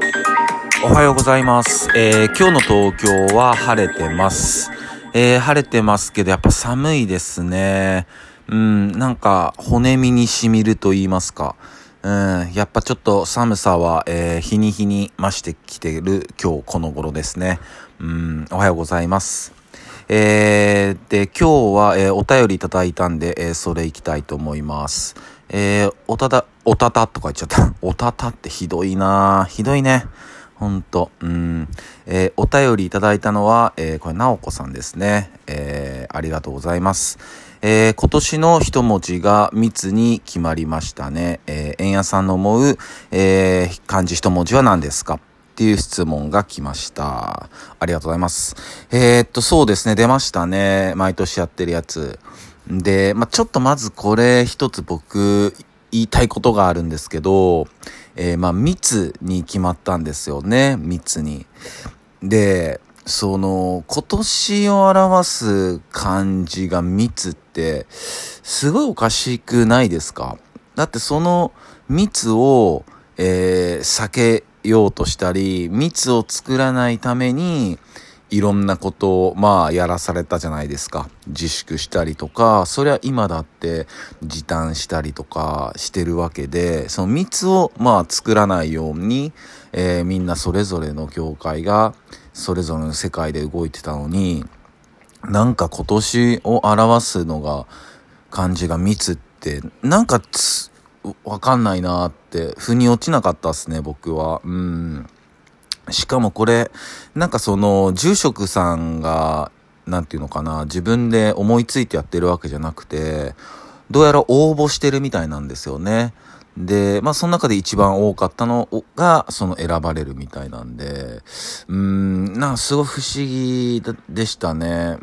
おはようございます。今日の東京は晴れてます。晴れてますけどやっぱ寒いですね。なんか骨身に染みると言いますか。やっぱちょっと寒さは、日に日に増してきてる今日この頃ですね。おはようございます。で今日は、お便りいただいたんで、それいきたいと思います。おたたとか言っちゃった。おたたってひどいな。ひどいね。ほんと。お便りいただいたのは、これ、なおこさんですね。ありがとうございます。今年の一文字が密に決まりましたね。円谷さんの思う、漢字一文字は何ですかっていう質問が来ました。ありがとうございます。そうですね。出ましたね。毎年やってるやつ。で、ちょっとまずこれ一つ僕言いたいことがあるんですけど、密に決まったんですよね。密に。で、今年を表す漢字が密って、すごいおかしくないですか？だってその密を、避けようとしたり、密を作らないために、いろんなことをやらされたじゃないですか。自粛したりとか、そりゃ今だって時短したりとかしてるわけで、その密を作らないように、みんなそれぞれの業界がそれぞれの世界で動いてたのに、なんか今年を表すのが漢字が密ってなんかわかんないなって腑に落ちなかったっすね、僕は。しかもこれ、住職さんが、なんていうのかな、自分で思いついてやってるわけじゃなくて、どうやら応募してるみたいなんですよね。で、その中で一番多かったのが、選ばれるみたいなんで、すごい不思議でしたね。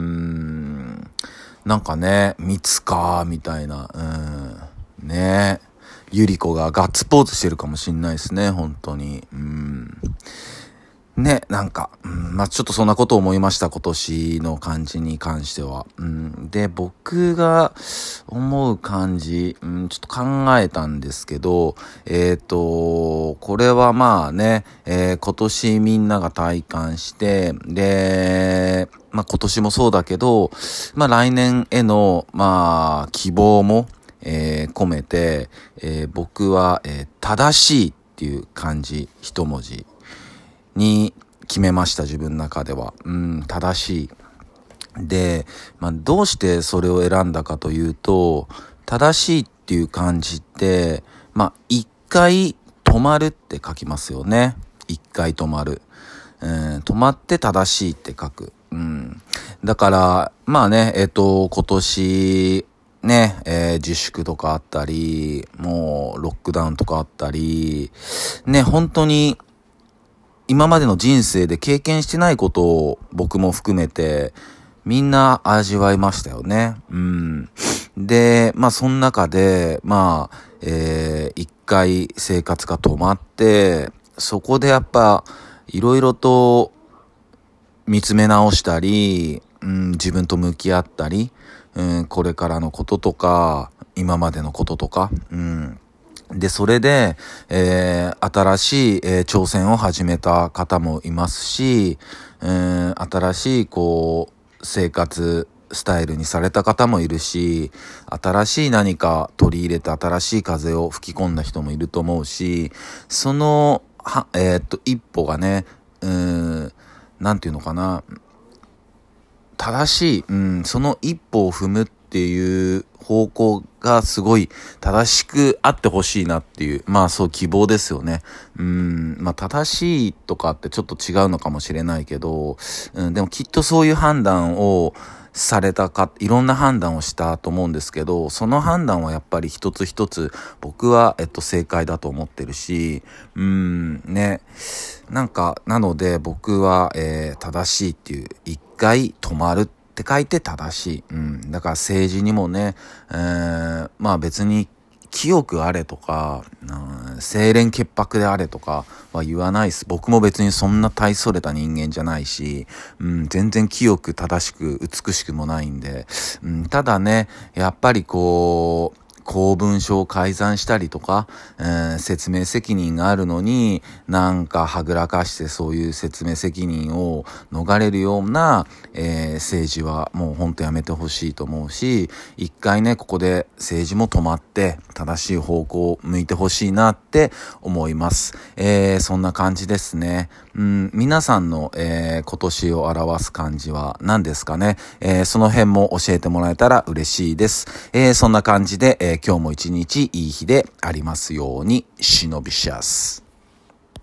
なんかね、密か、みたいな、ね。ゆり子がガッツポーズしてるかもしんないですね、本当に。ね、ちょっとそんなことを思いました、今年の漢字に関しては。で、僕が思う漢字、ちょっと考えたんですけど、これは今年みんなが体感して、で、今年もそうだけど、来年への、希望も、込めて、僕は、正しいっていう漢字一文字に決めました、自分の中では。正しい。で、どうしてそれを選んだかというと、正しいっていう漢字って、一回止まるって書きますよね。一回止まる。止まって正しいって書く。だから、今年、ね、自粛とかあったり、もうロックダウンとかあったり、ね、本当に今までの人生で経験してないことを僕も含めてみんな味わいましたよね。で、その中で、一回生活が止まって、そこでやっぱいろいろと見つめ直したり、自分と向き合ったり、これからのこととか、今までのこととか、で、それで、新しい、挑戦を始めた方もいますし、新しい、生活スタイルにされた方もいるし、新しい何か取り入れて新しい風を吹き込んだ人もいると思うし、その、一歩がね、なんていうのかな、正しい、その一歩を踏むっていう方向がすごい正しくあってほしいなっていう、そう希望ですよね。正しいとかってちょっと違うのかもしれないけど、でもきっとそういう判断をされたか、いろんな判断をしたと思うんですけど、その判断はやっぱり一つ一つ僕は、正解だと思ってるし、ね。なので僕は、正しいっていう、一回止まるって書いて正しい。だから政治にもね、別に清くあれとか、清廉潔白であれとかは言わないです。僕も別にそんな大それた人間じゃないし、全然清く正しく美しくもないんで、ただね、やっぱり公文書を改ざんしたりとか、説明責任があるのになんかはぐらかしてそういう説明責任を逃れるような、政治はもうほんとやめてほしいと思うし、一回ねここで政治も止まって正しい方向を向いてほしいなって思います。そんな感じですね。皆さんの、今年を表す漢字は何ですかね。その辺も教えてもらえたら嬉しいです。そんな感じで、今日も一日いい日でありますように。シノビシャス。